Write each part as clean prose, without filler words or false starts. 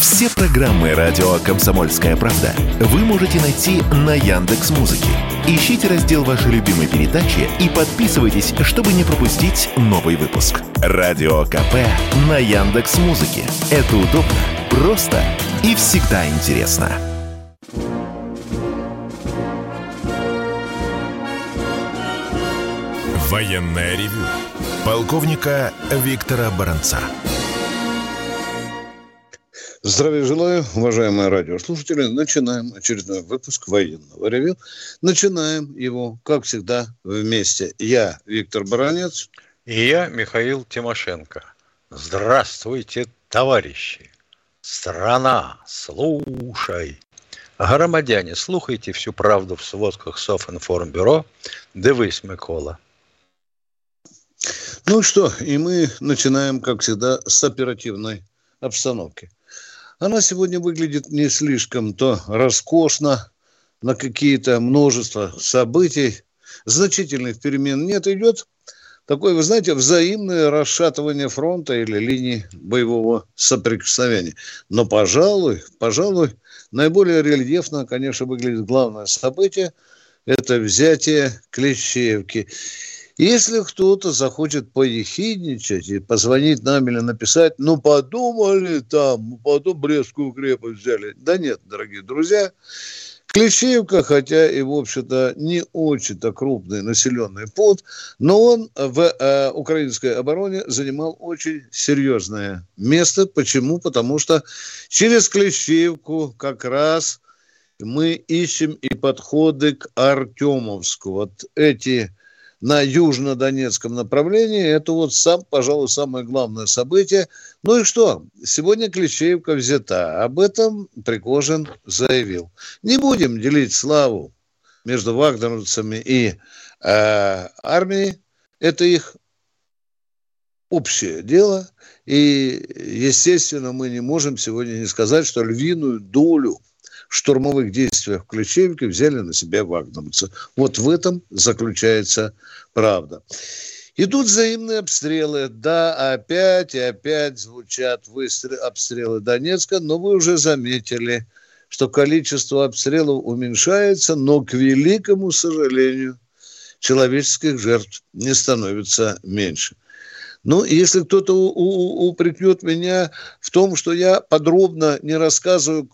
Все программы радио «Комсомольская правда» вы можете найти на Яндекс.Музыке. Ищите раздел вашей любимой передачи и подписывайтесь, чтобы не пропустить новый выпуск. Радио КП на Яндекс.Музыке. Это удобно, просто и всегда интересно. Военное ревю полковника Виктора Баранца. Здравия желаю, уважаемые радиослушатели. Начинаем очередной выпуск военного ревью. Начинаем его, как всегда, вместе. Я, Виктор Баранец. И я, Михаил Тимошенко. Здравствуйте, товарищи. Страна, слушай. Громадяне, слухайте всю правду в сводках Софинформбюро. Дивись, Микола. Ну что, и мы начинаем, как всегда, с оперативной обстановки. Она сегодня выглядит не слишком-то роскошно, на какие-то множество событий. Значительных перемен нет, идет такое, вы знаете, взаимное расшатывание фронта или линии боевого соприкосновения. Но, пожалуй, наиболее рельефно, конечно, выглядит главное событие – это взятие Клещеевки. Если кто-то захочет поехидничать и позвонить нам или написать, подумали там, потом Брестскую крепость взяли. Да нет, дорогие друзья, Клещеевка, хотя и, в общем-то, не очень-то крупный населенный пункт, но он в украинской обороне занимал очень серьезное место. Почему? Потому что через Клещеевку как раз мы ищем и подходы к Артемовску. Вот эти... На южнодонецком направлении это пожалуй, самое главное событие. Ну и что? Сегодня Клещеевка взята. Об этом Пригожин заявил. Не будем делить славу между вагнеровцами и армией. Это их общее дело. И, естественно, мы не можем сегодня не сказать, что львиную долю в штурмовых действиях в Клещеевке взяли на себя вагнеровцы. Вот в этом заключается правда. Идут взаимные обстрелы. Да, опять и опять звучат обстрелы Донецка, но вы уже заметили, что количество обстрелов уменьшается, но, к великому сожалению, человеческих жертв не становится меньше. Ну, если кто-то упрекнет меня в том, что я подробно не рассказываю,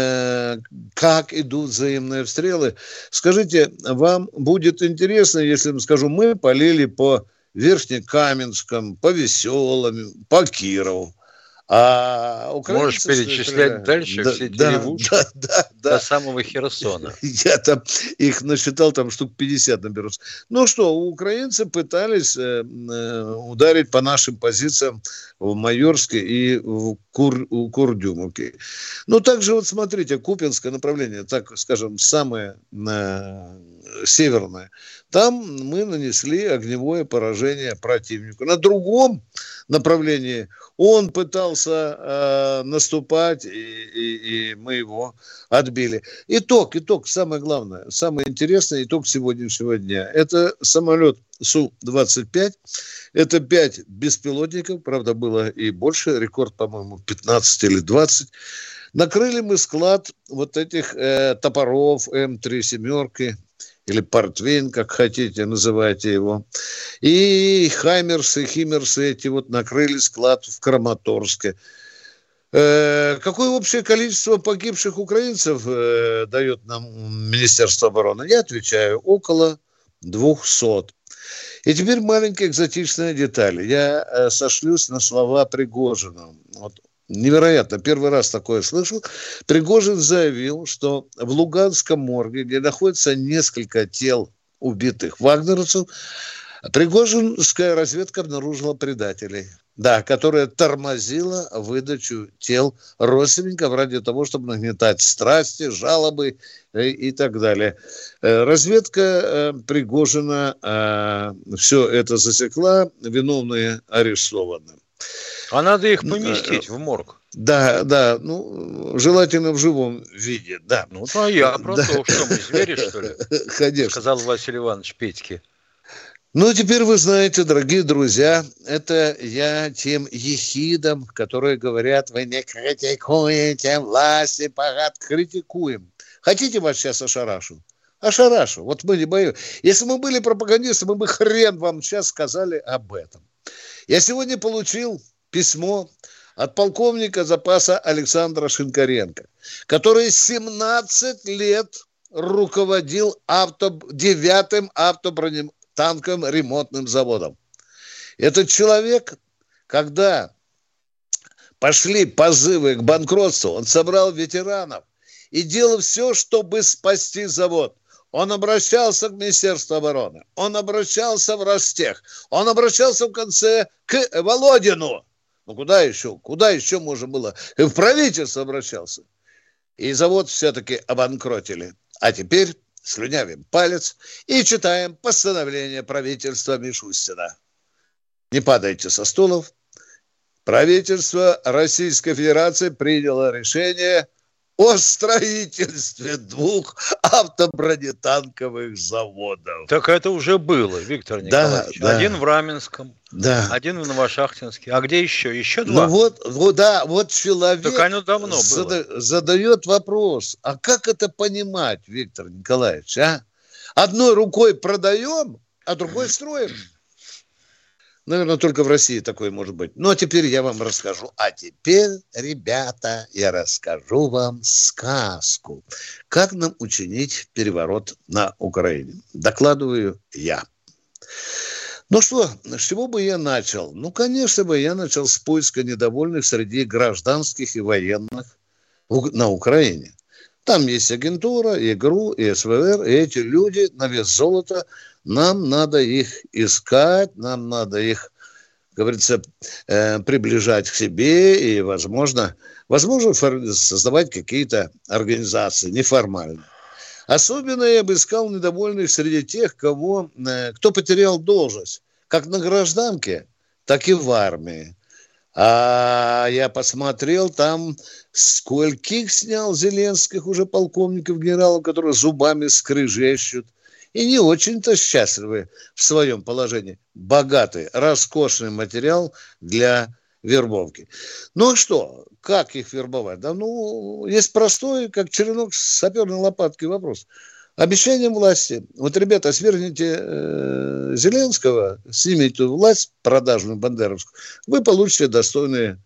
как идут взаимные обстрелы, скажите, вам будет интересно, если я скажу, мы полили по Верхнекаменскому, по Веселому, по Кирову. А можешь перечислять дальше все деревушки до самого Херсона. Я там их насчитал, там штук 50 наберутся. Ну что, украинцы пытались ударить по нашим позициям в Майорске и в Курдюмовке. Ну, также вот смотрите, Купянское направление, так скажем, самое северное. Там мы нанесли огневое поражение противнику. На другом направлении он пытался наступать, и мы его отбили. Итог, самое главное, самый интересный итог сегодняшнего дня. Это самолет Су-25, это 5 беспилотников, правда, было и больше, рекорд, по-моему, 15 или 20. Накрыли мы склад вот этих топоров М3 семерки, или Портвейн, как хотите, называйте его. И Химмерсы эти вот накрыли склад в Краматорске. Какое общее количество погибших украинцев дает нам Министерство обороны? Я отвечаю, около 200. И теперь маленькая экзотичная деталь. Я сошлюсь на слова Пригожина. Вот. Невероятно, первый раз такое слышу. Пригожин заявил, что в Луганском морге, где находится несколько тел убитых вагнеровцев, пригожинская разведка обнаружила предателей, да, которая тормозила выдачу тел родственников ради того, чтобы нагнетать страсти, жалобы и так далее. Разведка Пригожина все это засекла, виновные арестованы. А надо их поместить в морг. Да, желательно в живом виде, да. А я про то, что мы звери, что ли? Конечно. Сказал Василий Иванович Петьке. Ну, теперь вы знаете, дорогие друзья, это я тем ехидам, которые говорят, вы не критикуете власти, критикуем. Хотите, вас сейчас ошарашу? Ошарашу. Вот мы не боимся. Если мы были пропагандисты, мы бы хрен вам сейчас сказали об этом. Я сегодня получил письмо от полковника запаса Александра Шинкаренко, который 17 лет руководил 9-м автобронетанковым ремонтным заводом. Этот человек, когда пошли позывы к банкротству, он собрал ветеранов и делал все, чтобы спасти завод. Он обращался к Министерству обороны, он обращался в Ростех, он обращался в конце к Володину. Ну, куда еще можно было? В правительство обращался. И завод все-таки обанкротили. А теперь слюнявим палец и читаем постановление правительства Мишустина. Не падайте со стулов. Правительство Российской Федерации приняло решение о строительстве 2 автобронетанковых заводов. Так это уже было, Виктор Николаевич. Да. Один в Раменском, один в Новошахтинске. А где еще? Еще 2? Вот человек так оно давно было. Задает вопрос, а как это понимать, Виктор Николаевич? Одной рукой продаем, а другой строим. Наверное, только в России такое может быть. Ну, а теперь я вам расскажу. А теперь, ребята, я расскажу вам сказку. Как нам учинить переворот на Украине? Докладываю я. Ну что, с чего бы я начал? Ну, конечно бы я начал с поиска недовольных среди гражданских и военных на Украине. Там есть агентура, и ГРУ, и СВР, и эти люди на вес золота. Нам надо их искать, нам надо их, говорится, приближать к себе и, возможно, создавать какие-то организации неформальные. Особенно я бы искал недовольных среди тех, кто потерял должность, как на гражданке, так и в армии. А я посмотрел, там скольких снял Зеленских уже полковников, генералов, которые зубами скрежещут и не очень-то счастливы в своем положении. Богатый, роскошный материал для вербовки. Ну а что, как их вербовать? Да, есть простой, как черенок с саперной лопаткой вопрос. Обещание власти. Вот, ребята, свергните Зеленского, снимите власть продажную бандеровскую, вы получите достойные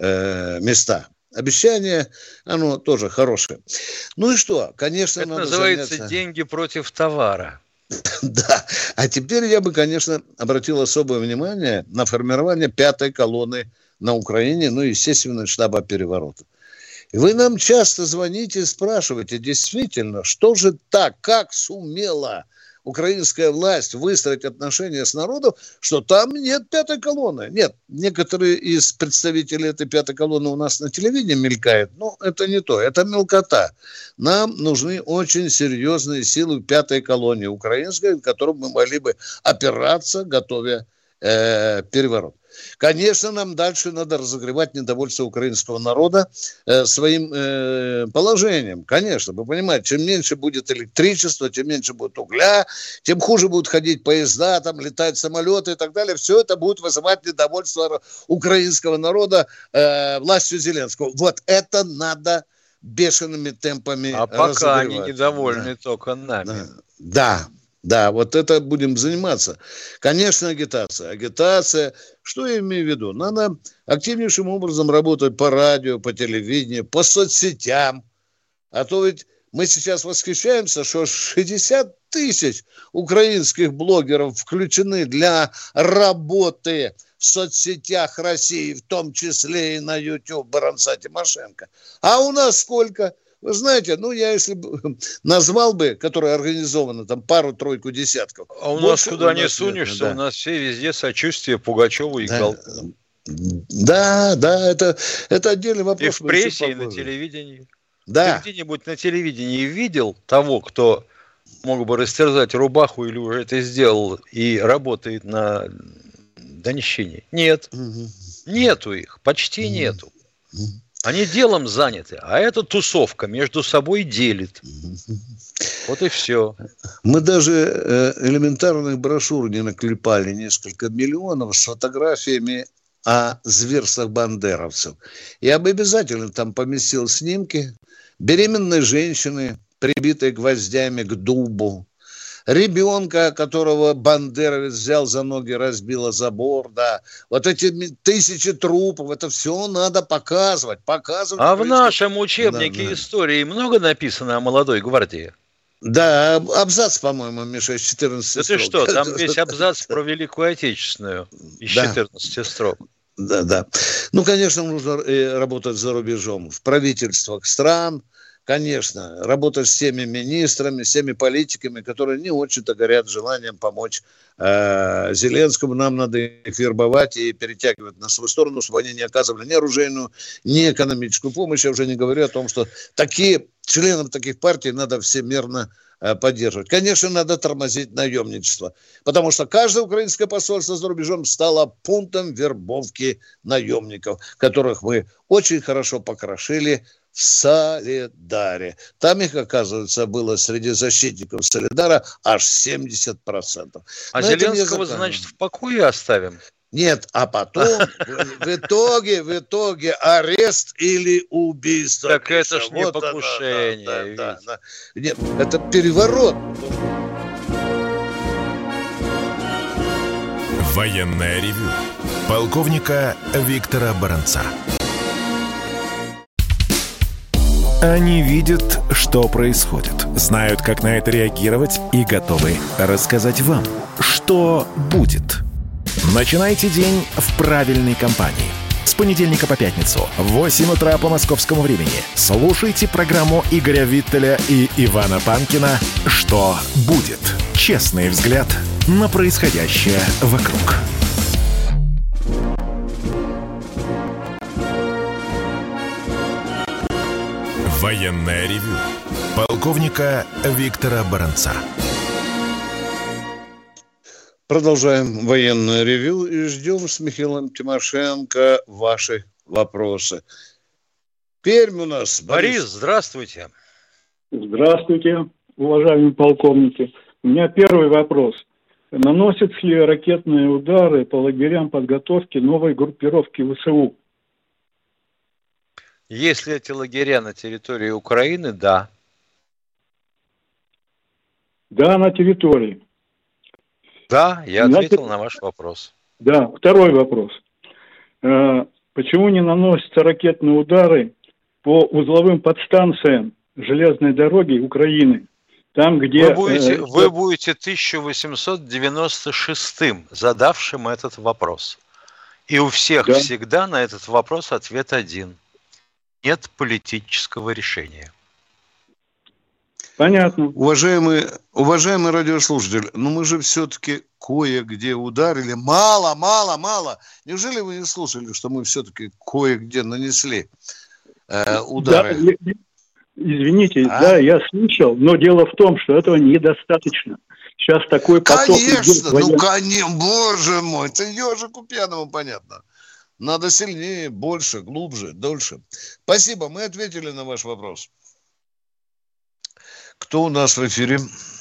места. Обещание, оно тоже хорошее. Ну и что? Конечно, это надо называется заняться... деньги против товара. Да. А теперь я бы, конечно, обратил особое внимание на формирование 5-й колонны на Украине, естественно, штаба переворота. И вы нам часто звоните и спрашиваете, действительно, что же так, как сумела украинская власть выстроить отношения с народом, что там нет 5-й колонны. Нет, некоторые из представителей этой 5-й колонны у нас на телевидении мелькают, но это не то, это мелкота. Нам нужны очень серьезные силы 5-й колонии украинской, к которым мы могли бы опираться, готовя переворот. Конечно, нам дальше надо разогревать недовольство украинского народа своим положением. Конечно, вы понимаете, чем меньше будет электричества, чем меньше будет угля, тем хуже будут ходить поезда, там летать самолеты и так далее. Все это будет вызывать недовольство украинского народа властью Зеленского. Вот это надо бешеными темпами разогревать. А пока они недовольны только нами. Да, вот это будем заниматься. Конечно, агитация. Агитация, что я имею в виду? Надо активнейшим образом работать по радио, по телевидению, по соцсетям. А то ведь мы сейчас восхищаемся, что 60 тысяч украинских блогеров включены для работы в соцсетях России, в том числе и на YouTube Баранца Тимошенко. А у нас сколько? Вы знаете, я если бы назвал бы, которая организована, там пару-тройку десятков. А у нас куда не сунешься, у нас все везде сочувствие Пугачеву и Галкину. Да, это отдельный вопрос. И в прессе, и на телевидении. Да. Ты где-нибудь на телевидении видел того, кто мог бы растерзать рубаху или уже это сделал и работает на Донщине? Нет. Нету их, почти нету. Они делом заняты, а эта тусовка между собой делит. Вот и все. Мы даже элементарных брошюр не наклепали, несколько миллионов с фотографиями о зверствах бандеровцев. Я бы обязательно там поместил снимки беременной женщины, прибитой гвоздями к дубу, ребенка, которого бандеровец взял за ноги, разбил о забор, да. Вот эти 1000 трупов, это все надо показывать. А в нашем учебнике истории много написано о молодой гвардии? Да, абзац, по-моему, Миша, из 14 строк. Это что, там весь абзац про Великую Отечественную из 14 строк. Да. Ну, конечно, нужно работать за рубежом, в правительствах стран, конечно, работать с теми министрами, с теми политиками, которые не очень-то горят желанием помочь Зеленскому. Нам надо их вербовать и перетягивать на свою сторону, чтобы они не оказывали ни оружейную, ни экономическую помощь. Я уже не говорю о том, что членам таких партий надо всемирно поддерживать. Конечно, надо тормозить наемничество, потому что каждое украинское посольство за рубежом стало пунктом вербовки наемников, которых мы очень хорошо покрошили в Солидаре. Там их, оказывается, было среди защитников Солидара аж 70%. А Зеленского, значит, в покое оставим? Нет, а потом в итоге арест или убийство. Так это ж не покушение. Да. Нет, это переворот. Военное ревю полковника Виктора Баранца. Они видят, что происходит, знают, как на это реагировать и готовы рассказать вам, что будет. Начинайте день в правильной компании. С понедельника по пятницу в 8 утра по московскому времени слушайте программу Игоря Виттеля и Ивана Панкина «Что будет?». Честный взгляд на происходящее вокруг. Военное ревю полковника Виктора Баранца. Продолжаем военное ревю и ждем с Михаилом Тимошенко ваши вопросы. Пермь у нас. Борис, здравствуйте. Здравствуйте, уважаемые полковники. У меня первый вопрос. Наносят ли ракетные удары по лагерям подготовки новой группировки ВСУ? Если эти лагеря на территории Украины, да. Да, на территории. Да, я ответил на ваш вопрос. Да, второй вопрос. Почему не наносятся ракетные удары по узловым подстанциям железной дороги Украины? Там, где... Вы будете 1896-м задавшим этот вопрос. И у всех всегда на этот вопрос ответ один. Нет политического решения. Понятно. Уважаемый радиослушатель, но мы же все-таки кое-где ударили. Мало. Неужели вы не слушали, что мы все-таки кое-где нанесли удары? Да, извините, да, я слышал, но дело в том, что этого недостаточно. Сейчас такой поток... Конечно, боже мой, это ежику пьяному понятно. Надо сильнее, больше, глубже, дольше. Спасибо, мы ответили на ваш вопрос. Кто у нас в эфире?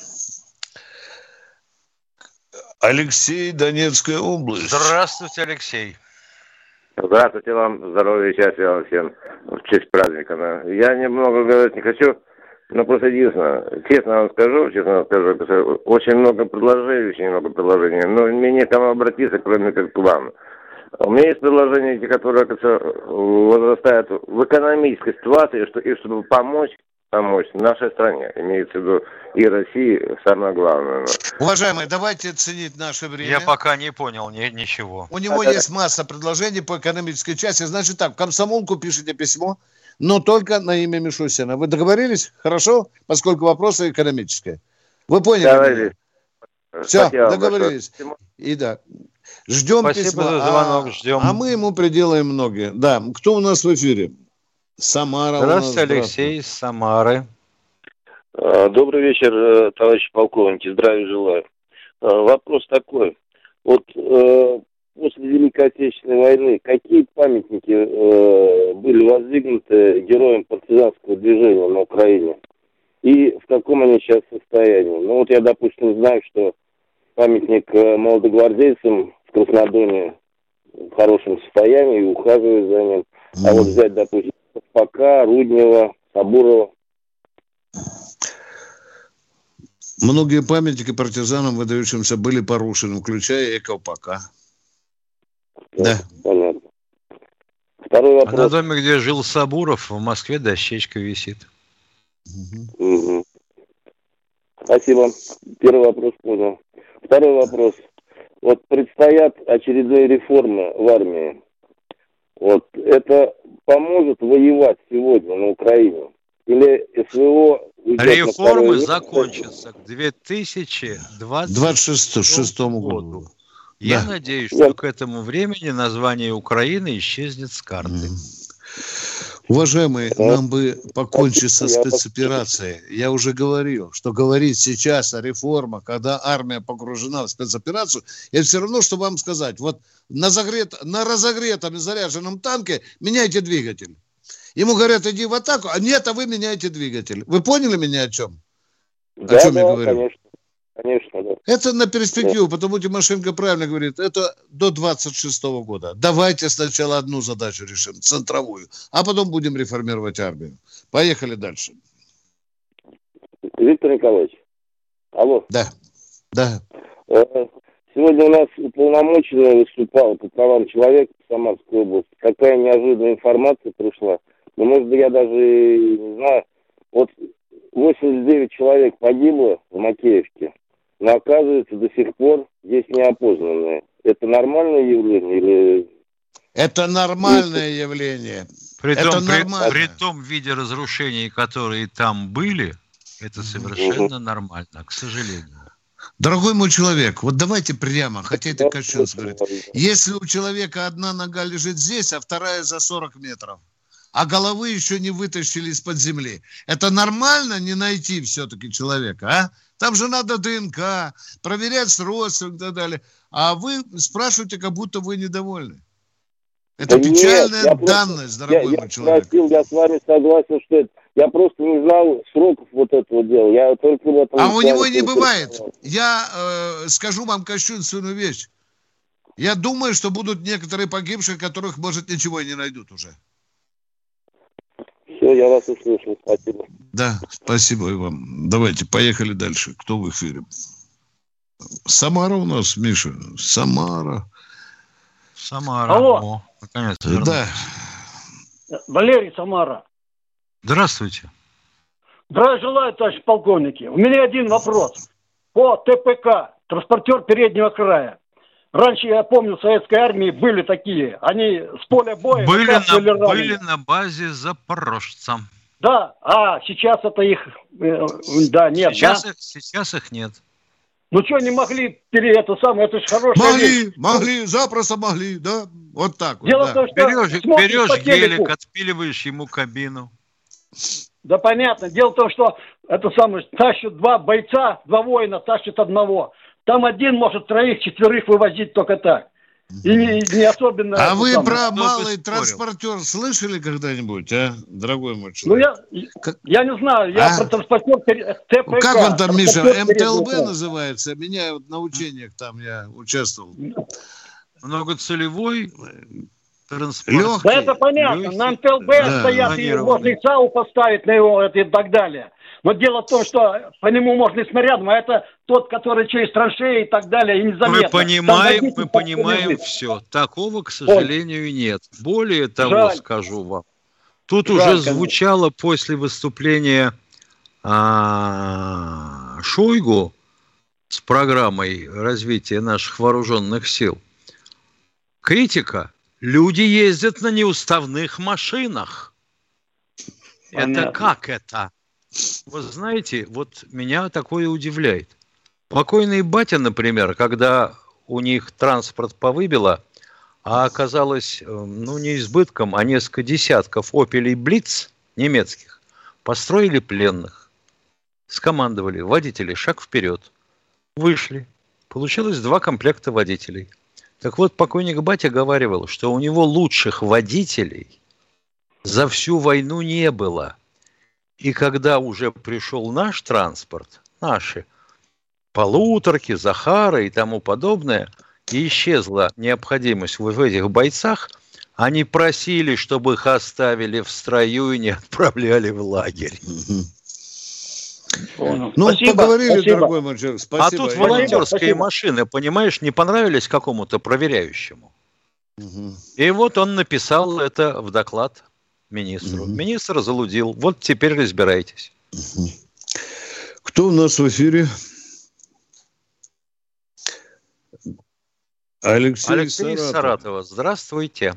Алексей, Донецкая область. Здравствуйте, Алексей. Здравствуйте вам, здоровья и счастья вам всем в честь праздника. Я немного говорить не хочу, но просто единственное, честно вам скажу, очень много предложений, но мне не к кому обратиться, кроме как к вам. У меня есть предложения, которые возрастают в экономической ситуации, и чтобы помочь нашей стране, имеется в виду и России, самое главное. Уважаемые, давайте ценить наше время. Я пока не понял ничего. У него есть масса предложений по экономической части. Значит так, в комсомолку пишите письмо, но только на имя Мишустина. Вы договорились? Хорошо? Поскольку вопросы экономические. Вы поняли? Договорились. Все, договорились. И да. Ждем Спасибо письма. За звонок, ждем. А мы ему приделаем ноги. Да, кто у нас в эфире? Самара. Здравствуйте, Алексей из Самары. Добрый вечер, товарищи полковники. Здравия желаю. Вопрос такой. Вот после Великой Отечественной войны какие памятники были воздвигнуты героям партизанского движения на Украине? и в каком они сейчас состоянии. Ну вот я, допустим, знаю, что памятник молодогвардейцам в Краснодоне в хорошем состоянии и ухаживают за ним. А вот взять, допустим, Спака, Руднева, Сабурова. Многие памятники партизанам, выдающимся, были порушены, включая и Колпака. Да. Понятно. Второй вопрос. А на доме, где жил Сабуров, в Москве дощечка висит. Угу. Спасибо. Первый вопрос понял. Второй вопрос. Вот предстоят очередные реформы в армии. Вот это поможет воевать сегодня на Украине? Или СВО... Реформы закончатся к 2026 году. Я надеюсь, что к этому времени название Украины исчезнет с карты. Уважаемые, нам бы покончить со спецоперацией. Я уже говорил, что говорить сейчас о реформах, когда армия погружена в спецоперацию, это все равно, что вам сказать. Вот на разогретом и заряженном танке меняйте двигатель. Ему говорят, иди в атаку, а нет, а вы меняете двигатель. Вы поняли меня о чем? Да, о чем я говорю? Конечно, да. Это на перспективу, потому что Тимошенко правильно говорит, это до 26 года. Давайте сначала одну задачу решим, центровую, а потом будем реформировать армию. Поехали дальше. Виктор Николаевич, алло. Да. Сегодня у нас уполномоченный выступал по правам человека в Самарской области. Какая неожиданная информация пришла. Ну, может быть, я даже не знаю. Вот 89 человек погибло в Макеевке, но оказывается до сих пор есть неопознанные. Это нормальное явление или... Это нормальное явление. При том виде разрушений, которые там были, это совершенно нормально, к сожалению. Дорогой мой человек, вот давайте прямо, хотя это кощунство говорит. Если у человека одна нога лежит здесь, а вторая за 40 метров, а головы еще не вытащили из-под земли, это нормально не найти все-таки человека, а? Там же надо ДНК, проверять с родственниками и так далее. А вы спрашиваете, как будто вы недовольны. Это печальная данность, дорогой мой человек. Я с вами согласен, что это... Я просто не знал сроков вот этого дела. Я только в этом... А у него не бывает. Я скажу вам кощунственную вещь. Я думаю, что будут некоторые погибшие, которых, может, ничего и не найдут уже. Все, я вас услышал. Спасибо. Да, спасибо и вам. Давайте, поехали дальше. Кто в эфире? Самара у нас, Миша. Самара. Алло. О, наконец-то. Да. Валерий, Самара. Здравствуйте. Здравия желаю, товарищ полковники. У меня один вопрос. По ТПК, транспортер переднего края. Раньше, я помню, в советской армии были такие. Они с поля боя... Были на базе запорожца. Да, а сейчас это их... да, нет, сейчас их нет. Ну что, не могли это же хорошая вещь. Могли, запросто могли, да? Вот так вот. Дело в том, что берешь гелик, отпиливаешь ему кабину. Да понятно. Дело в том, что тащат два бойца, два воина, тащат одного. Там один может 3-4 вывозить только так. И не особенно... А вы про малый транспортер слышали когда-нибудь, а, дорогой мой человек? Ну, я не знаю, я про транспортер ТПК. Как он там, Миша, МТЛБ называется? Меня вот на учениях там я участвовал. Многоцелевой транспорт. Легкий. Да это понятно, легкий. На МТЛБ стоят, и можно и САУ поставить на его и так далее. Но дело в том, что по нему можно и снарядом, а это тот, который через траншеи и так далее, и незаметно. Мы понимаем все. Такого, к сожалению, нет. Более того, скажу вам. Тут уже звучало после выступления Шойгу с программой развития наших вооруженных сил. Критика. Люди ездят на неуставных машинах. Понятно. Это как это? Вы знаете, вот меня такое удивляет. Покойный батя, например, когда у них транспорт повыбило, а оказалось, не избытком, а несколько десятков «Опелей Блиц» немецких, построили пленных, скомандовали водители шаг вперед, вышли. Получилось 2 комплекта водителей. Так вот, покойник батя говаривал, что у него лучших водителей за всю войну не было. И когда уже пришел наш транспорт, наши полуторки, Захары и тому подобное, и исчезла необходимость в этих бойцах, они просили, чтобы их оставили в строю и не отправляли в лагерь. Ну, спасибо, поговорили, спасибо. дорогой мой человек. Спасибо. А тут волонтерские машины, понимаешь, не понравились какому-то проверяющему. И вот он написал это в доклад министру. Министр залудил. Вот теперь разбирайтесь. Кто у нас в эфире? Алексей из Саратова. Здравствуйте.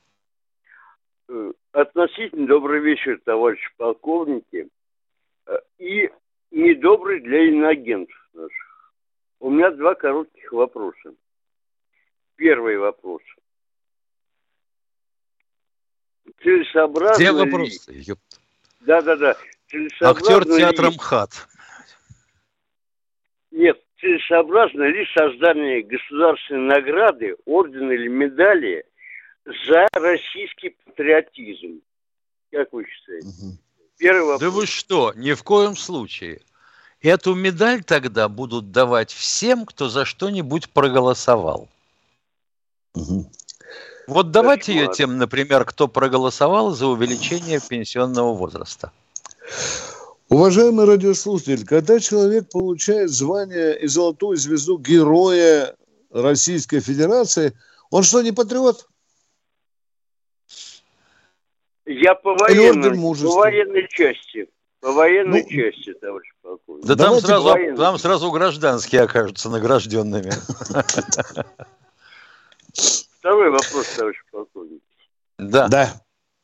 Относительно добрый вечер, товарищи полковники. И недобрый для иноагентов наших. У меня 2 коротких вопроса. Первый вопрос. Целесообразно Где ли... вопрос? Да. Актер театра МХАТ. Нет, целесообразно ли создание государственной награды, ордена или медали за российский патриотизм? Как вы считаете? Первый вопрос. Да вы что, ни в коем случае. Эту медаль тогда будут давать всем, кто за что-нибудь проголосовал. Вот давайте ее тем, например, кто проголосовал за увеличение пенсионного возраста. Уважаемый радиослушатель, когда человек получает звание и золотую звезду Героя Российской Федерации, он что, не патриот? Я по военной части. По военной части, товарищ полковник. Да там сразу гражданские окажутся награжденными. Второй вопрос, товарищ полковник. Да.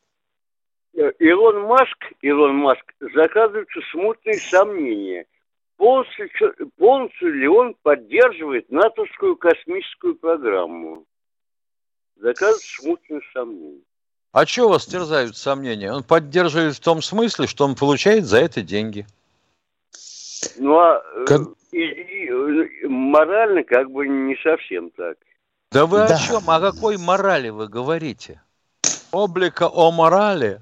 Илон Маск, заказываются смутные сомнения. Полностью ли он поддерживает натовскую космическую программу? Заказываются смутные сомнения. А что вас терзают сомнения? Он поддерживает в том смысле, что он получает за это деньги. Ну, морально как бы не совсем так. Да вы о чем? О какой морали вы говорите? Облика о морали?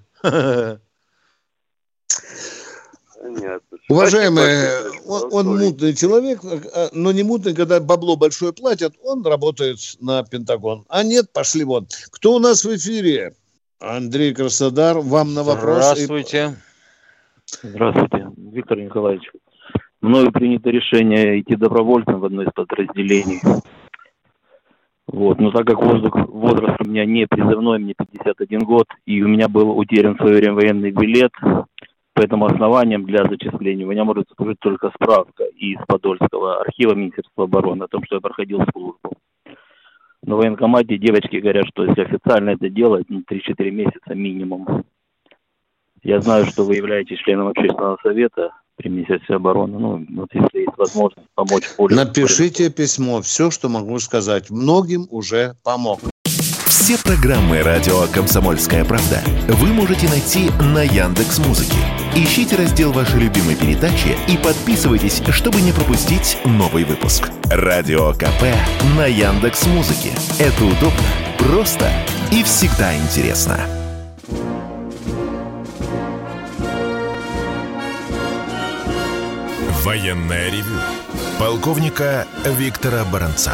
Понятно. Уважаемый, он мутный человек, но не мутный, когда бабло большое платят, он работает на Пентагон. А нет, пошли вон. Кто у нас в эфире? Андрей Краснодар, вам на вопрос. Здравствуйте. Здравствуйте, Виктор Николаевич. Мною принято решение идти добровольцем в одно из подразделений. Вот. Но так как возраст у меня не призывной, мне 51 год, и у меня был утерян в свое время военный билет, поэтому основанием для зачисления у меня может служить только справка из Подольского архива Министерства обороны о том, что я проходил службу. На военкомате девочки говорят, что если официально это делать, 3-4 месяца минимум. Я знаю, что вы являетесь членом общественного совета при Министерстве обороны. Ну, вот если есть возможность помочь... Напишите письмо. Все, что могу сказать. Многим уже помог. Все программы радио «Комсомольская правда» вы можете найти на Яндекс.Музыке. Ищите раздел вашей любимой передачи и подписывайтесь, чтобы не пропустить новый выпуск. Радио КП на Яндекс.Музыке. Это удобно, просто и всегда интересно. Военное ревю полковника Виктора Баранца.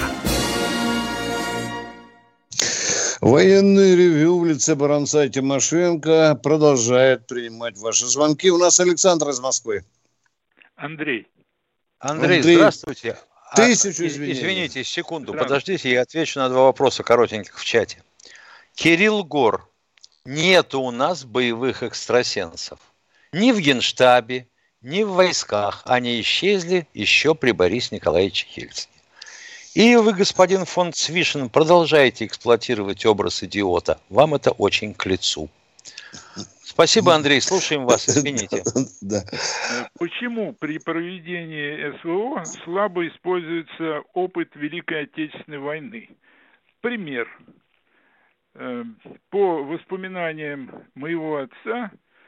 Военное ревю в лице Баранца и Тимошенко продолжает принимать ваши звонки. У нас Александр из Москвы. Андрей, здравствуйте. Извините. Извините, секунду, подождите, я отвечу на 2 вопроса коротеньких в чате. Кирилл Гор. Нету у нас боевых экстрасенсов. Ни в Генштабе, ни в войсках. Они исчезли еще при Борисе Николаевиче Ельцине. И вы, господин фон Цвишин, продолжаете эксплуатировать образ идиота. Вам это очень к лицу. Спасибо, Андрей. Слушаем вас. Извините. Почему при проведении СВО слабо используется опыт Великой Отечественной войны? Пример. По воспоминаниям моего отца,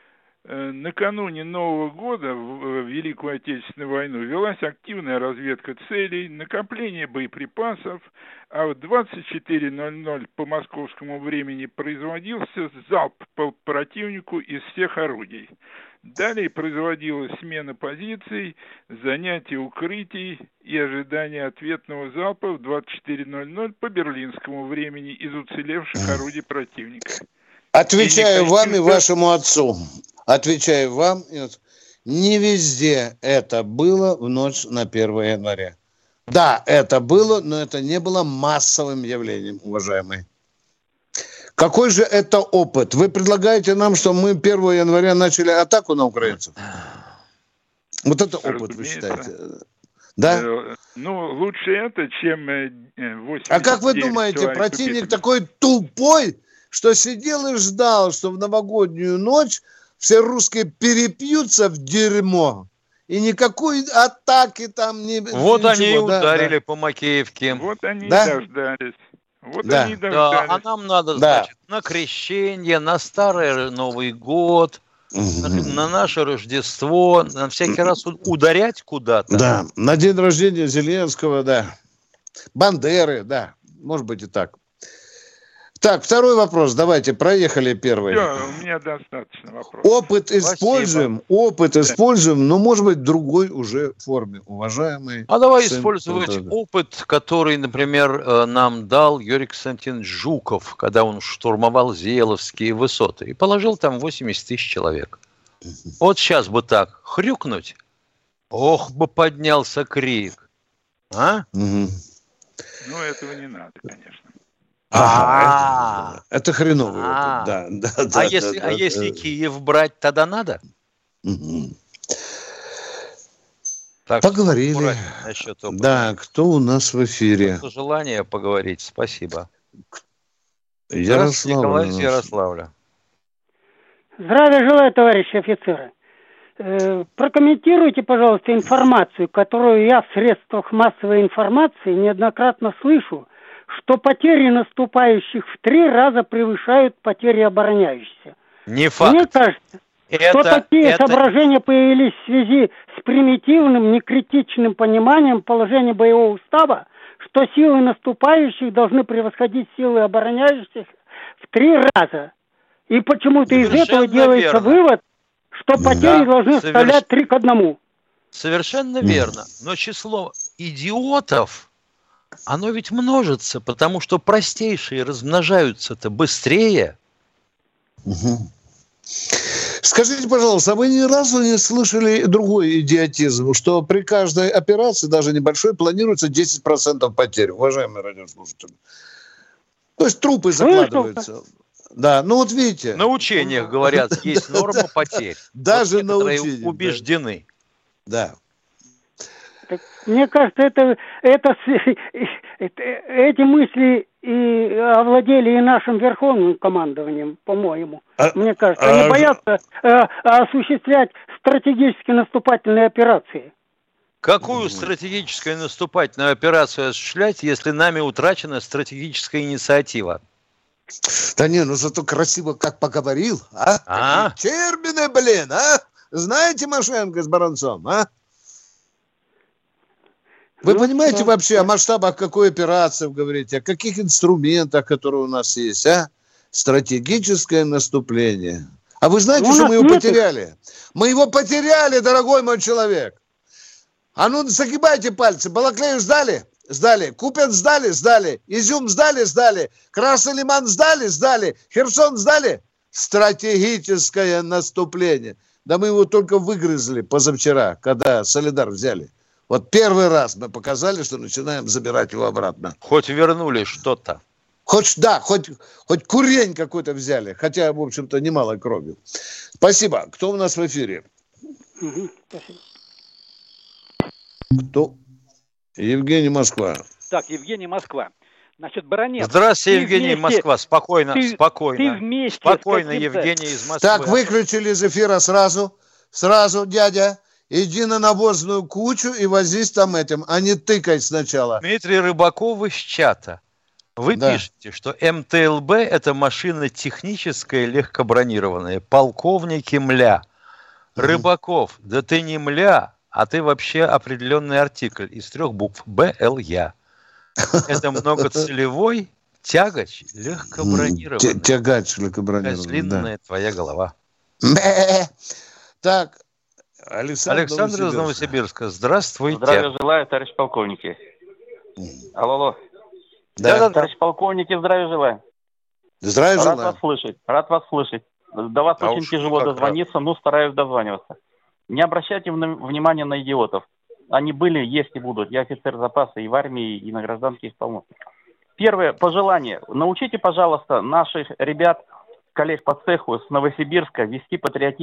накануне Нового года, в Великую Отечественную войну, велась активная разведка целей, накопление боеприпасов, а в 24:00 по московскому времени производился залп по противнику из всех орудий. Далее производилась смена позиций, занятие укрытий и ожидание ответного залпа в 24:00 по берлинскому времени из уцелевших орудий противника. Отвечаю вам и вашему отцу. Отвечаю вам. Не везде это было в ночь на 1 января. Да, это было, но это не было массовым явлением, уважаемые. Какой же это опыт? Вы предлагаете нам, что мы 1 января начали атаку на украинцев? Вот это опыт, вы считаете? Да? Ну, лучше это, чем 8. А как вы думаете, противник такой тупой, что сидел и ждал, что в новогоднюю ночь все русские перепьются в дерьмо, и никакой атаки там не... Вот ничего, они и ударили по Макеевке. Вот они и Да? дождались. Вот Да. они дождались. Да, а нам надо, значит, на крещение, на старый Новый год, на наше Рождество, на всякий раз ударять куда-то. Да, на день рождения Зеленского, да. Бандеры, да, может быть и так. Так, второй вопрос, давайте, проехали первый. Все, у меня достаточно вопросов. Опыт используем, но, может быть, в другой уже форме, уважаемые. А давай использовать опыт, который, например, нам дал Юрий Константинович Жуков, когда он штурмовал Зиеловские высоты и положил там 80 тысяч человек. Вот сейчас бы так хрюкнуть, ох бы поднялся крик. А? Ну, этого не надо, конечно. Это хреновый опыт, да. А если Киев брать, тогда надо? Так, поговорили. Да, кто у нас в эфире? Желание поговорить, спасибо. Ярославль. Николай из Ярославля. Здравия желаю, товарищи офицеры. Прокомментируйте, пожалуйста, информацию, которую я в средствах массовой информации неоднократно слышу, что потери наступающих в 3 раза превышают потери обороняющихся. Не факт. Мне кажется, что такие соображения появились в связи с примитивным, некритичным пониманием положения боевого устава, что силы наступающих должны превосходить силы обороняющихся в 3 раза. И почему-то из этого делается вывод, что потери должны составлять 3:1. Совершенно верно. Но число идиотов, оно ведь множится, потому что простейшие размножаются-то быстрее. Скажите, пожалуйста, а вы ни разу не слышали другой идиотизм, что при каждой операции, даже небольшой, планируется 10% потерь, уважаемые радиослушатели? То есть трупы закладываются. Да, ну вот видите. На учениях, говорят, есть норма потерь. Даже вот на учениях. Убеждены. Да. Мне кажется, эти мысли и овладели и нашим верховным командованием, по-моему. Мне кажется, они боятся осуществлять стратегические наступательные операции. Какую стратегическую наступательную операцию осуществлять, если нами утрачена стратегическая инициатива? Да не, ну зато красиво как поговорил, а? Какие термины, блин, а? Знаете Машенко с Баранцом, а? Вы понимаете вообще о масштабах какой операции вы говорите, о каких инструментах, которые у нас есть, а? Стратегическое наступление. А вы знаете, что мы его потеряли? Мы его потеряли, дорогой мой человек. А ну загибайте пальцы. Балаклею сдали? Сдали. Купянск сдали? Сдали. Изюм сдали? Сдали. Красный Лиман сдали? Сдали. Херсон сдали? Стратегическое наступление. Да мы его только выгрызли позавчера, когда Солидар взяли. Вот первый раз мы показали, что начинаем забирать его обратно. Хоть вернули что-то. Хоть курень какой-то взяли. Хотя, в общем-то, немало крови. Спасибо. Кто у нас в эфире? Спасибо. Кто? Евгений, Москва. Так, Евгений, Москва. Значит, Баранец. Здравствуйте, Евгений, Москва. Спокойно. Ты вместе спокойно, Евгений из Москвы. Так, выключили из эфира сразу. Сразу, дядя. Иди на навозную кучу и возись там этим, а не тыкай сначала. Дмитрий Рыбаков из чата. Вы пишете, что МТЛБ – это машина техническая, легкобронированная. Полковники МЛЯ. Рыбаков, да ты не мля, а ты вообще определенный артикль из 3 букв БЛЯ. Это многоцелевой тягач легкобронированный. Тягач легкобронированный, Козлиная твоя голова. Так, Александр из Новосибирска, здравствуйте. Здравия желаю, товарищ полковники. Алло. Да. Товарищ полковники, здравия желаю. Здравия желаю. Рад вас слышать. До вас очень тяжело дозвониться, но стараюсь дозваниваться. Не обращайте внимания на идиотов. Они были, есть и будут. Я офицер запаса и в армии, и на гражданских полномочиях. Первое пожелание. Научите, пожалуйста, наших ребят, коллег по цеху с Новосибирска вести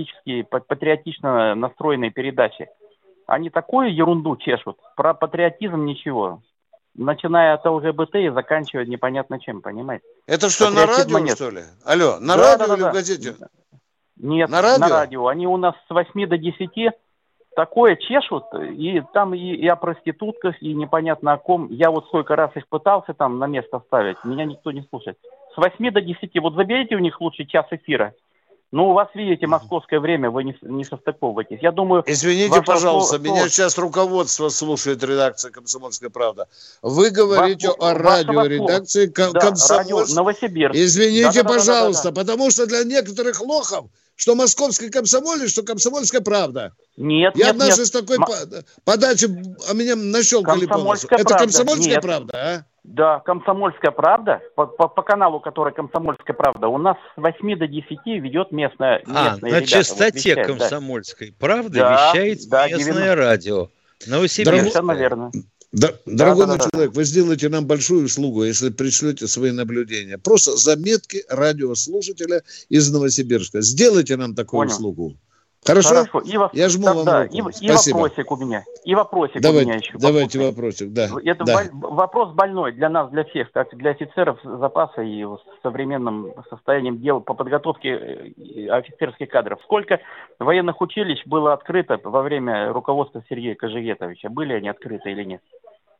патриотично настроенные передачи. Они такую ерунду чешут. Про патриотизм ничего. Начиная от ЛГБТ и заканчивая непонятно чем, понимаете? Это что, на радио, нет. Что ли? Алло, на радио или в газете? Нет, на радио. Они у нас с 8 до 10 такое чешут, и там и о проститутках, и непонятно о ком. Я вот сколько раз их пытался там на место ставить, меня никто не слушает. С 8 до 10, вот заберите у них лучше час эфира. Ну, у вас, видите, московское время, вы не состыковываетесь. Я думаю... Извините, пожалуйста, меня сейчас руководство слушает, редакция «Комсомольская правда». Вы говорите о радиоредакции «Комсомольская». Новосибирск. Извините, пожалуйста, потому что для некоторых лохов, что московский комсомолец, что «Комсомольская правда». Нет, Я однажды с такой подачи, а меня нащелкали по носу. Это «Комсомольская правда», а? Да, «Комсомольская правда», по каналу, который «Комсомольская правда», у нас с 8 до 10 ведет местная на ребята, частоте вот «Комсомольской правды» вещает местное радио. Новосибирск. Совершенно верно. Дорогой мой человек, вы сделаете нам большую услугу, если пришлете свои наблюдения. Просто заметки радиослушателя из Новосибирска. Сделайте нам такую услугу. Хорошо? Я жму вам руку. Спасибо. Вопросик у меня. И вопросик у меня еще. Давайте вопросик, да. Это вопрос больной для нас, для всех, для офицеров запаса и с современным состоянием дел по подготовке офицерских кадров. Сколько военных училищ было открыто во время руководства Сергея Кожеветовича? Были они открыты или нет?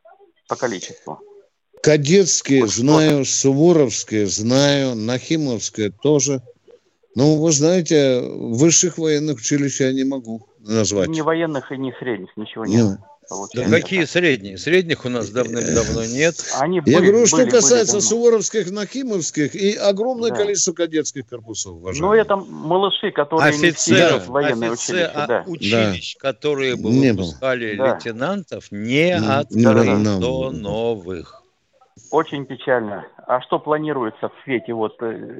По количеству. Кадетские знаю, Суворовские знаю, Нахимовские тоже. Ну, вы знаете, высших военных училищ я не могу назвать. Ни военных и ни средних, ничего нет. Да какие средние? Средних у нас давным-давно нет. Я говорю, что касается суворовских, нахимовских и огромное количество кадетских корпусов. Ну, это малыши, которые не все военные училища. Училищ, которые бы выпускали лейтенантов, не открыто новых. Очень печально. А что планируется в свете вот...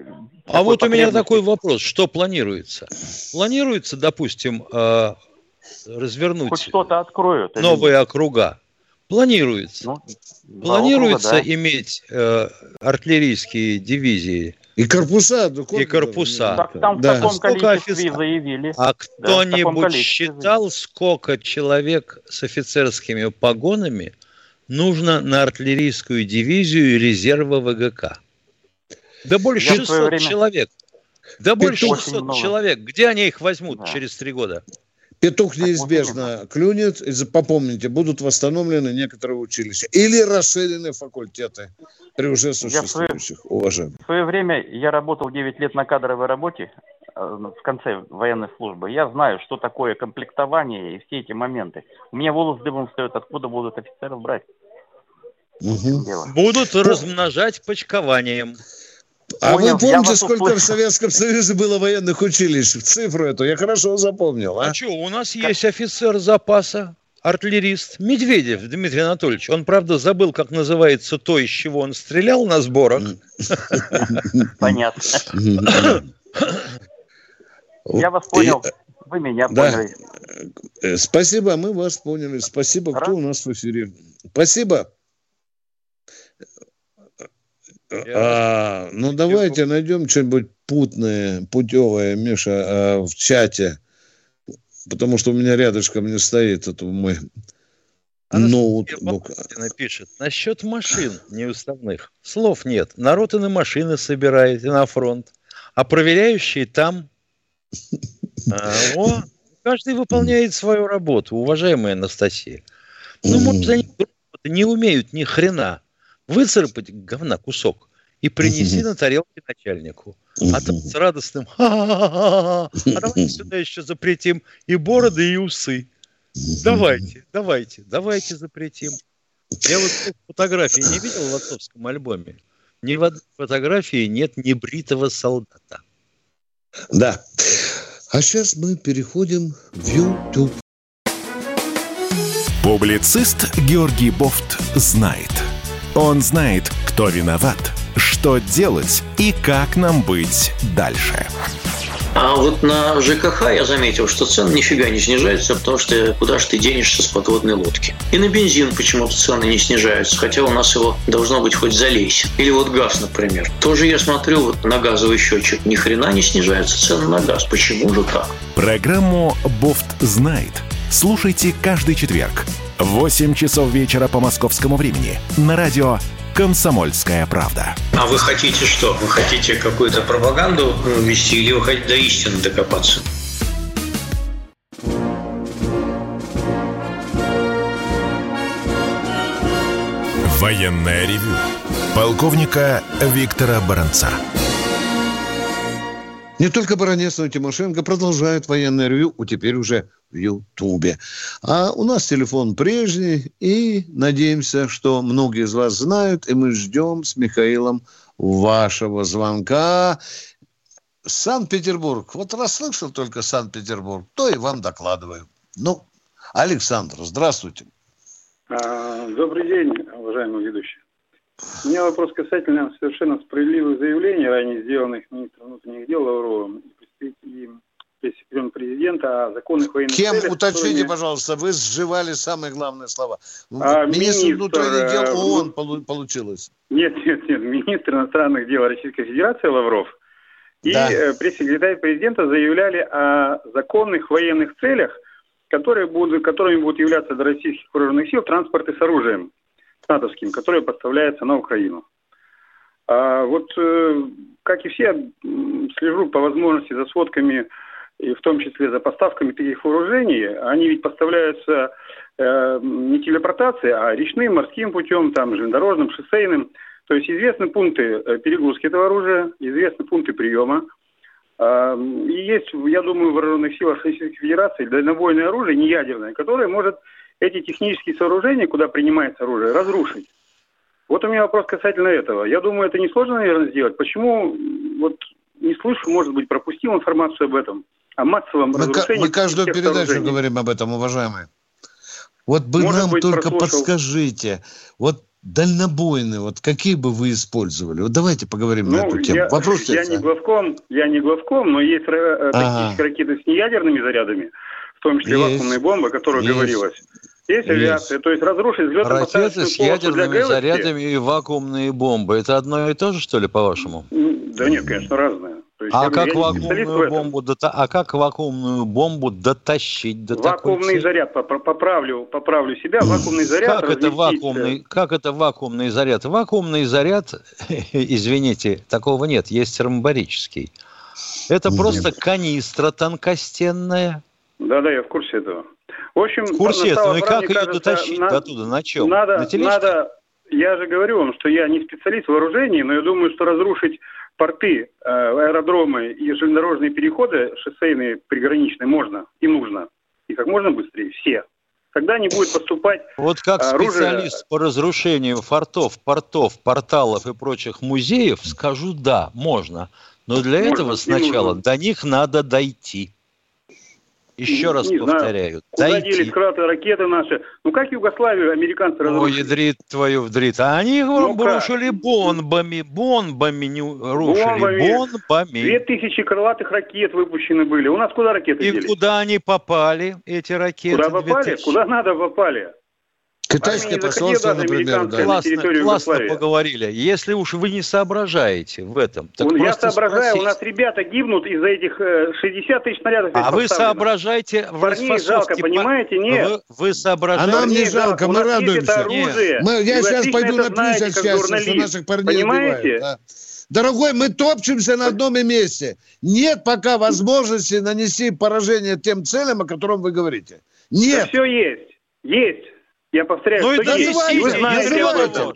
А вот у меня такой вопрос. Что планируется? Планируется, допустим, развернуть... Хоть что-то откроют. Новые округа. Планируется. Планируется иметь артиллерийские дивизии. И корпуса. И корпуса. Так там в таком количестве заявили. А кто-нибудь считал, сколько человек с офицерскими погонами нужно на артиллерийскую дивизию резерва ВГК? Да больше 600 человек. Да больше 600 человек. Где они их возьмут через 3 года? Петух неизбежно клюнет. Попомните, будут восстановлены некоторые училища. Или расширены факультеты при уже существующих. Уважаемых. В свое время я работал 9 лет на кадровой работе в конце военной службы. Я знаю, что такое комплектование и все эти моменты. У меня волос дыбом встает, откуда будут офицеров брать. Будут размножать почкованием. А вы помните, сколько в Советском Союзе было военных училищ? Цифру эту я хорошо запомнил. А что, у нас есть офицер запаса, артиллерист Медведев Дмитрий Анатольевич. Он, правда, забыл, как называется то, из чего он стрелял на сборах. Понятно. Я вас понял. Вы меня поняли. Спасибо, мы вас поняли. Спасибо, кто у нас в эфире. Спасибо. Ну, давайте найдем что-нибудь путное, путевое, Миша, в чате. Потому что у меня рядышком не стоит это мой ноутбук. Пишет, насчет машин неуставных. Слов нет. Народ и на машины собирает, и на фронт. А проверяющие там... Каждый выполняет свою работу, уважаемая Анастасия. Ну, может, они не умеют ни хрена выцарапать говна кусок и принеси на тарелке начальнику. А там с радостным а давайте сюда еще запретим и бороды, и усы. Давайте запретим. Я вот фотографии не видел в отцовском альбоме. Ни в одной фотографии нет небритого солдата. Да. А сейчас мы переходим в YouTube. Публицист Георгий Бофт знает. Он знает, кто виноват, что делать и как нам быть дальше. А вот на ЖКХ я заметил, что цены нифига не снижаются, потому что куда же ты денешься с подводной лодки. И на бензин почему-то цены не снижаются, хотя у нас его должно быть хоть залейся. Или вот газ, например. Тоже я смотрю вот на газовый счетчик, ни хрена не снижаются цены на газ. Почему же так? Программу «Бофт знает» слушайте каждый четверг в 8 часов вечера по московскому времени на радио «Комсомольская правда». А вы хотите что? Вы хотите какую-то пропаганду вести или вы хотите до истины докопаться? Военное ревю полковника Виктора Баранца. Не только Баранец, но и Тимошенко продолжают военное ревью, теперь уже в Ютубе. А у нас телефон прежний, и надеемся, что многие из вас знают, и мы ждем с Михаилом вашего звонка. Санкт-Петербург. Вот расслышал только Санкт-Петербург, то и вам докладываю. Ну, Александр, здравствуйте. Добрый день, уважаемый ведущий. У меня вопрос касательно совершенно справедливых заявлений, ранее сделанных министром внутренних дел Лавровым и пресс-секретарем президента о законных военных целях. Кем, уточните, пожалуйста, вы сживали самые главные слова. Министр внутренних дел ООН получилось. Нет, министр иностранных дел Российской Федерации Лавров и пресс-секретарь президента заявляли о законных военных целях, которыми будут являться для российских вооруженных сил транспорты с оружием натовским, которое поставляется на Украину. Как и все, слежу по возможности за сводками, и в том числе за поставками таких вооружений. Они ведь поставляются не телепортацией, а речным, морским путем, там, железнодорожным, шоссейным. То есть известны пункты перегрузки этого оружия, известны пункты приема. И есть, я думаю, в вооруженных силах Российской Федерации дальнобойное оружие, не ядерное, которое может эти технические сооружения, куда принимается оружие, разрушить. Вот у меня вопрос касательно этого. Я думаю, это несложно, наверное, сделать. Почему, не слышу, может быть, пропустил информацию об этом, о массовом разрушении. Мы каждую передачу говорим об этом, уважаемые. Вот бы может нам быть, только подскажите, дальнобойные, какие бы вы использовали? Давайте поговорим на эту тему. Я не главком, но есть тактические ракеты с неядерными зарядами, в том числе вакуумные бомбы, о которых говорилось. Есть авиация, то есть разрушить ракеты с ядерными зарядами и вакуумные бомбы. Это одно и то же, что ли, по-вашему? Да нет, конечно, разное. А как вакуумную бомбу дотащить до вакуумный заряд, поправлю себя, вакуумный заряд. Как это вакуумный заряд? Вакуумный заряд, извините, такого нет, есть термобарический. Это просто канистра тонкостенная. Да, я в курсе этого. В общем, в курсе этого, и как ее дотащить до туда? На чем? На тележке? Я же говорю вам, что я не специалист в вооружении, но я думаю, что разрушить порты, аэродромы и железнодорожные переходы шоссейные, приграничные можно и нужно. И как можно быстрее. Все. Когда не будет поступать вот как специалист по разрушению фортов, портов, порталов и прочих музеев, скажу, да, можно. Но для этого сначала до них надо дойти. Еще раз повторяю. Куда делись краты ракеты наши? Как Югославию американцы разрушили? Ой, ядрит твою вдрит. А они их рушили бомбами не рушили. Бомбами. 2000 крылатых ракет выпущены были. У нас куда ракеты делись? И куда они попали, эти ракеты? Куда попали? 2000? Куда надо попали? Китайское посольство, например. Классно поговорили. Если уж вы не соображаете в этом, так я соображаю, у нас ребята гибнут из-за этих 60 тысяч снарядов. А вы соображаете в парней жалко, понимаете? Нет. Вы соображаете. А нам не жалко, мы радуемся. Я сейчас пойду напьюсь от счастья, что наших парней убивают. Да. Дорогой, мы топчемся на одном месте. Нет пока возможности нанести поражение тем целям, о котором вы говорите. Нет. Да все есть. Есть. Я повторяю, что есть. Вы знаете об этом.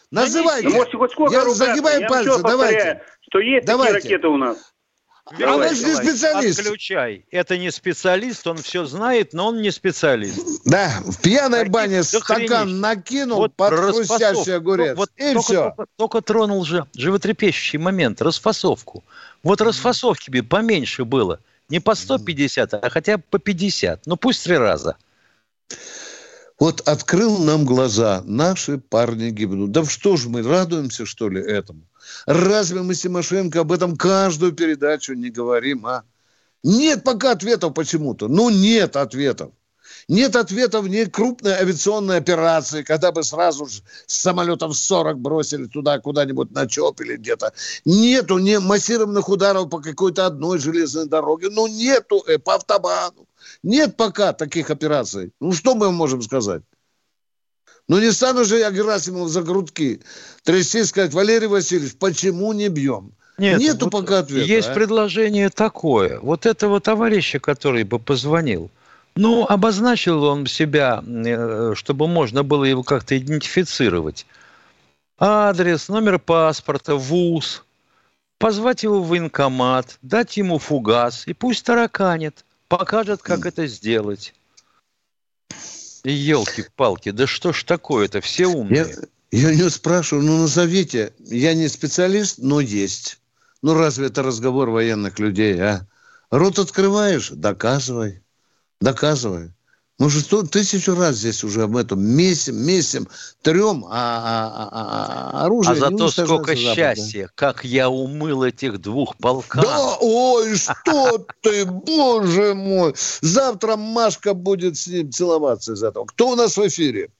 Называйте. Можете хоть сколько Я ругаться. загибаю пальцы, давайте. Что есть такие ракеты у нас. А вы же не специалист. Отключай. Это не специалист, он все знает, но он не специалист. Да, в пьяной бане стакан накинул вот под хрустящий огурец. Вот и все. Только тронул же животрепещущий момент, расфасовку. Вот расфасовки бы поменьше было. Не по 150, а хотя бы по 50. Ну пусть 3 раза. Вот открыл нам глаза, наши парни гибнут. Да что ж мы радуемся, что ли, этому? Разве мы, Тимошенко, об этом каждую передачу не говорим, а? Нет пока ответов почему-то. Ну, нет ответов. Нет ответов ни крупной авиационной операции, когда бы сразу же с самолетов 40 бросили туда куда-нибудь на ЧОП или где-то. Нету ни массированных ударов по какой-то одной железной дороге. Ну, нету по автобану. Нет пока таких операций. Ну, что мы можем сказать? Ну, не стану же я Герасимов за грудки трясти и сказать: Валерий Васильевич, почему не бьем? Нету вот пока ответа. Есть предложение такое. Вот этого товарища, который бы позвонил, ну, обозначил он себя, чтобы можно было его как-то идентифицировать. Адрес, номер паспорта, вуз. Позвать его в военкомат, дать ему фугас, и пусть тараканит. Покажет, как это сделать. И елки-палки, да что ж такое-то, все умные. Я не спрашиваю, ну назовите. Я не специалист, но есть. Ну разве это разговор военных людей, а? Рот открываешь? Доказывай. Доказывай. Мы же 1000 раз здесь уже об этом месим, трем, оружие не уничтожается. А зато сколько счастья, как я умыл этих 2 полкан. Да, ой, что ты, боже мой. Завтра Машка будет с ним целоваться из этого. Кто у нас в эфире?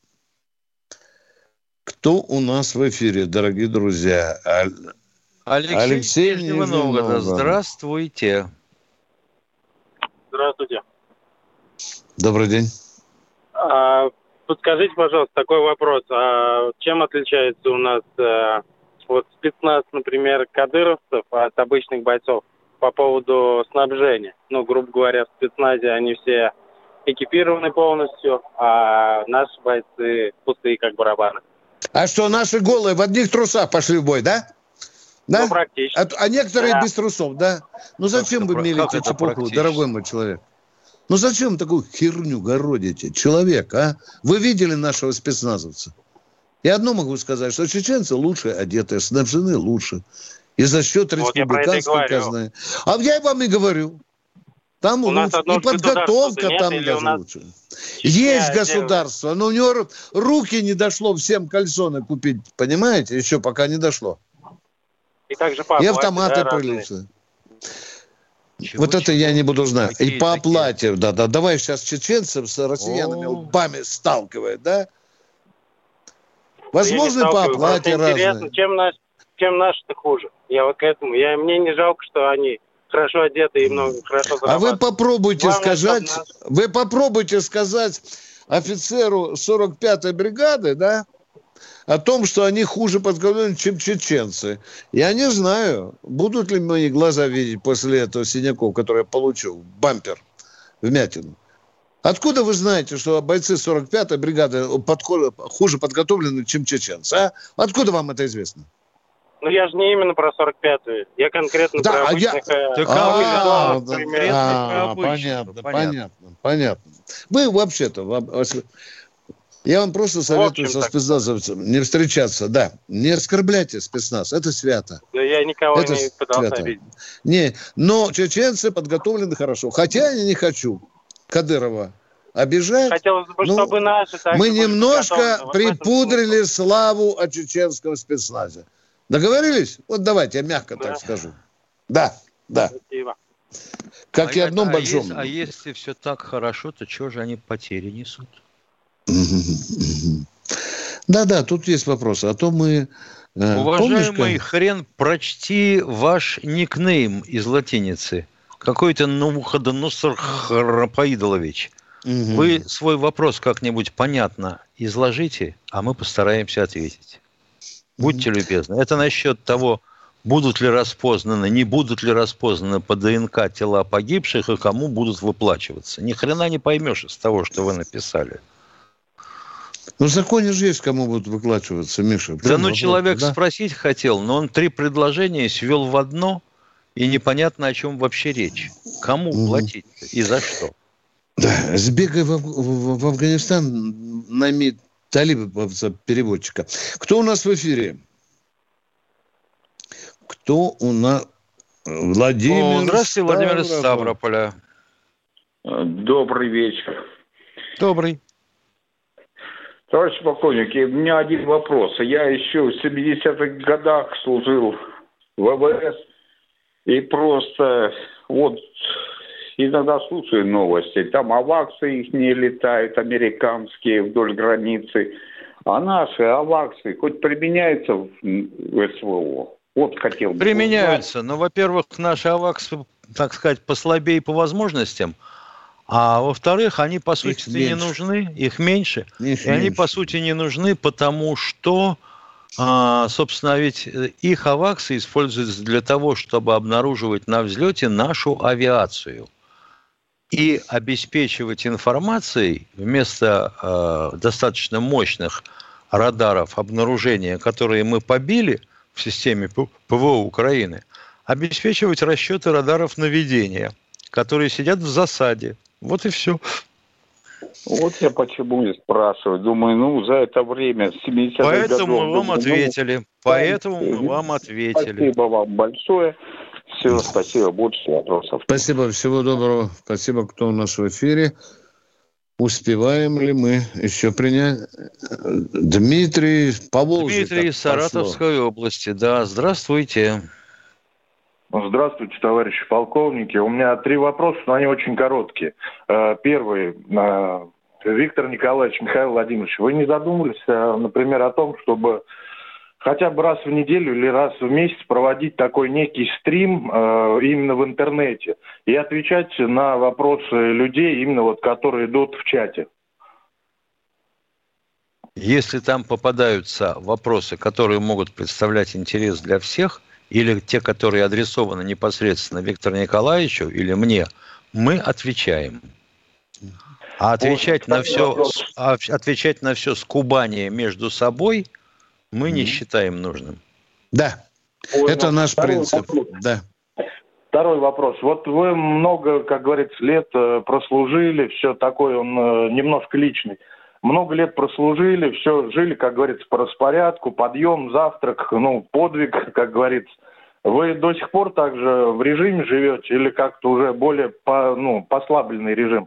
Кто у нас в эфире, дорогие друзья? Алексей Нижнего Новгорода. Здравствуйте. Здравствуйте. Добрый день. Подскажите, пожалуйста, такой вопрос. Чем отличается у нас вот спецназ, например, кадыровцев от обычных бойцов по поводу снабжения? Ну, грубо говоря, в спецназе они все экипированы полностью, а наши бойцы пустые, как барабаны. А что, наши голые в одних трусах пошли в бой, да? Да? Ну, практически. А некоторые без трусов, да? Ну, зачем вы мелите чепуху, дорогой мой человек? Ну, зачем такую херню городите? Человек, а? Вы видели нашего спецназовца? Я одно могу сказать, что чеченцы лучше одеты, снабжены лучше. И за счет республиканской казны. А я вам и говорю. Там лучше. И подготовка там даже лучше. Есть государство, но у него руки не дошло всем кальсоны купить. Понимаете? Еще пока не дошло. И также и автоматы приличные. Вот это я не буду знать. И по оплате, да. Давай сейчас чеченцев с россиянами лбами сталкивает, да? Возможно, по оплате разные. Интересно, чем наши-то хуже? Я вот к этому. Мне не жалко, что они хорошо одеты и много хорошо зарабатывают. А вы попробуйте сказать офицеру 45-й бригады, да, о том, что они хуже подготовлены, чем чеченцы. Я не знаю, будут ли мои глаза видеть после этого синяков, которые я получу, бампер, вмятину. Откуда вы знаете, что бойцы 45-й бригады хуже подготовлены, чем чеченцы? А? Откуда вам это известно? Ну, я же не именно про 45-ю. Я конкретно про обычных... Понятно. Вы вообще-то... Я вам просто советую со спецназовцем не встречаться. Да, не оскорбляйте спецназ. Это свято. Да я никого не пытался обидеть. Не, но чеченцы подготовлены хорошо. Хотя я не хочу Кадырова обижать. Хотелось бы, чтобы наши... Мы немножко припудрили славу о чеченском спецназе. Договорились? Вот давайте я мягко так скажу. Да. Спасибо. Как и одном большом. А если все так хорошо, то чего же они потери несут? Да, тут есть вопросы. А то мы... Уважаемый хрен, прочти ваш никнейм из латиницы. Какой-то Навуходоносор Храпоидолович. Вы свой вопрос как-нибудь понятно изложите, а мы постараемся ответить. Будьте любезны. Это насчет того, будут ли распознаны, не будут ли распознаны по ДНК тела погибших и кому будут выплачиваться. Ни хрена не поймешь из того, что вы написали. Ну, в законе же есть, кому будут выплачиваться, Миша. Да, ну, человек спросить хотел, но он 3 предложения свел в одно, и непонятно, о чем вообще речь. Кому платить и за что? Да, сбегай в Афганистан, найми талибовца переводчика. Кто у нас в эфире? Кто у нас? Владимир. Здравствуйте, Владимир из Ставрополя. Добрый вечер. Добрый. Товарищ полковник, у меня один вопрос. Я еще в 70-х годах служил в ВВС, и просто вот иногда слушаю новости. Там аваксы их не летают, американские, вдоль границы. А наши аваксы хоть применяются в СВО? Вот хотел бы применяются, но, во-первых, наши аваксы, так сказать, послабее по возможностям, а во-вторых, они, по сути, не нужны, их меньше. Они, по сути, не нужны, потому что, собственно, ведь их аваксы используются для того, чтобы обнаруживать на взлете нашу авиацию и обеспечивать информацией вместо достаточно мощных радаров обнаружения, которые мы побили в системе ПВО Украины, обеспечивать расчеты радаров наведения, которые сидят в засаде. Вот и все. Вот я почему и спрашиваю. Думаю, за это время, с 70-х Поэтому мы вам ответили. Спасибо вам большое. Все, спасибо. Больше вопросов. Спасибо, всего доброго. Спасибо, кто у нас в эфире. Успеваем ли мы еще принять? Дмитрий Поволжье. Дмитрий из Саратовской области. Да, здравствуйте. Здравствуйте, товарищи полковники. У меня 3 вопроса, но они очень короткие. Первый. Виктор Николаевич, Михаил Владимирович, вы не задумывались, например, о том, чтобы хотя бы раз в неделю или раз в месяц проводить такой некий стрим именно в интернете и отвечать на вопросы людей, именно вот которые идут в чате? Если там попадаются вопросы, которые могут представлять интерес для всех, или те, которые адресованы непосредственно Виктору Николаевичу или мне, мы отвечаем. А отвечать на все скубание между собой мы не считаем нужным. Да, это наш принцип. Да. Второй вопрос. Вот вы много, как говорится, лет прослужили, все такое, он немножко личный. Много лет прослужили, все, жили, как говорится, по распорядку, подъем, завтрак, подвиг, как говорится. Вы до сих пор также в режиме живете или как-то уже более послабленный режим?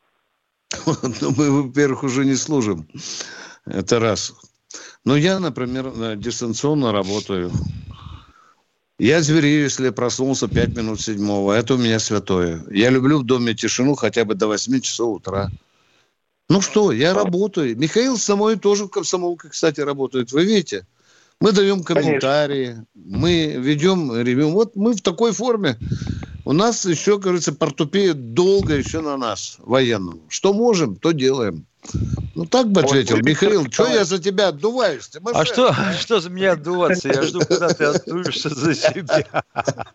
Мы, во-первых, уже не служим. Это раз. Но я, например, дистанционно работаю. Я зверею, если проснулся 5 минут 7. Это у меня святое. Я люблю в доме тишину хотя бы до 8 часов утра. Ну что, я работаю. Михаил Самой тоже в комсомолке, кстати, работает. Вы видите? Мы даем комментарии, мы ведем ревью. Вот мы в такой форме. У нас еще, говорится, портупея долго еще на нас, военному. Что можем, то делаем. Так бы ответил. Михаил, что я за тебя отдуваюсь? А что за меня отдуваться? Я жду, когда ты отдуешься за себя.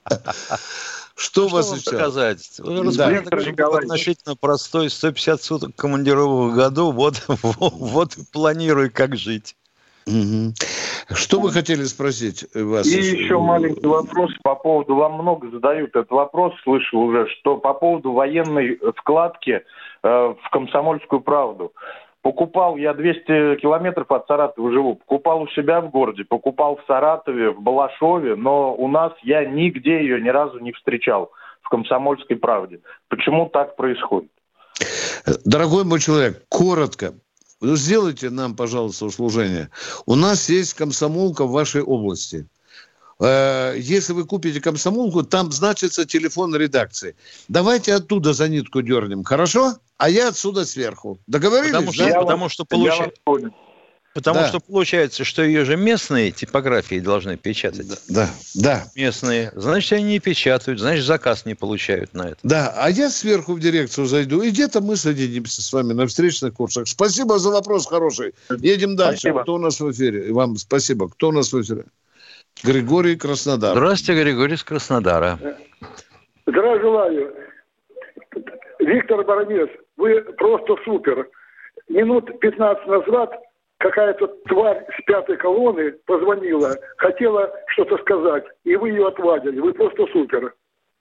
Что вас вам сказать? Распорядок же был относительно простой. 150 суток командировок в году. Вот и планируй, как жить. Угу. Что вы хотели спросить, вас? И еще маленький вопрос по поводу, вам много задают этот вопрос, слышал уже, что по поводу военной вкладки в «Комсомольскую правду». Покупал, я 200 километров от Саратова живу, покупал у себя в городе, покупал в Саратове, в Балашове, но у нас я нигде ее ни разу не встречал в «Комсомольской правде». Почему так происходит? Дорогой мой человек, коротко. Сделайте нам, пожалуйста, услужение. У нас есть комсомолка в вашей области. Если вы купите комсомолку, там значится телефон редакции. Давайте оттуда за нитку дернем, хорошо? А я отсюда сверху. Договорились? Потому что получается, что ее же местные типографии должны печатать. Да. Местные. Значит, они не печатают, значит, заказ не получают на это. Да, а я сверху в дирекцию зайду, и где-то мы соединимся с вами на встречных курсах. Спасибо за вопрос хороший. Едем дальше. Спасибо. Кто у нас в эфире? Вам спасибо. Кто у нас в эфире? Григорий, Краснодар. Здравствуйте, Григорий из Краснодара. Здравия желаю. Виктор Баранец, вы просто супер. Минут 15 назад какая-то тварь с 5-й колонны позвонила, хотела что-то сказать, и вы ее отвадили. Вы просто супер.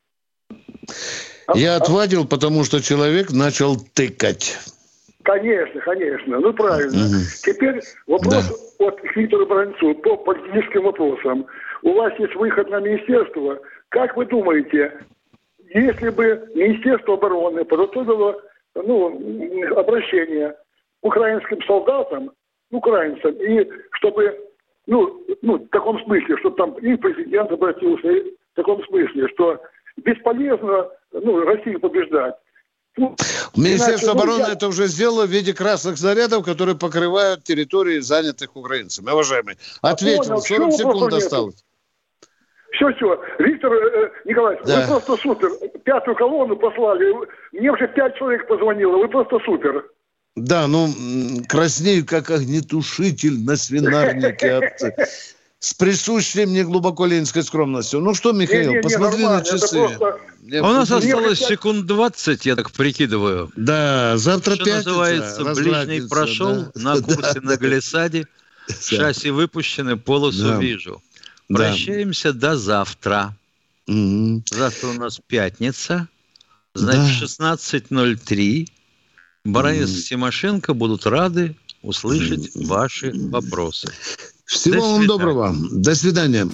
Я отвадил, потому что человек начал тыкать. Конечно. Ну, правильно. Теперь вопрос от Виктору Баранцу по политическим вопросам. У вас есть выход на министерство. Как вы думаете, если бы Министерство обороны подготовило обращение украинским солдатам, украинцам, и чтобы, в таком смысле, чтобы там и президент обратился, и в таком смысле, что бесполезно Россию побеждать. Министерство обороны это уже сделало в виде красных зарядов, которые покрывают территории, занятых украинцами. Уважаемый, ответил, 40 секунд осталось. Все. Виктор Николаевич, вы просто супер. 5-ю колонну послали. Мне уже 5 человек позвонило. Вы просто супер. Да, краснею, как огнетушитель на свинарнике с присущей мне глубоко ленинской скромностью. Ну что, Михаил, посмотри на часы. У нас осталось секунд 20, я так прикидываю. Да, завтра что пятница. Называется, ближний прошел, на курсе на глиссаде, шасси выпущены, полосу вижу. Прощаемся до завтра. Завтра у нас пятница. Значит, 16:03. Баранец и Тимошенко будут рады услышать ваши вопросы. Всего вам доброго. До свидания.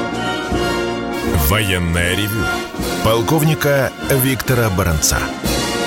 Военное ревю полковника Виктора Баранца.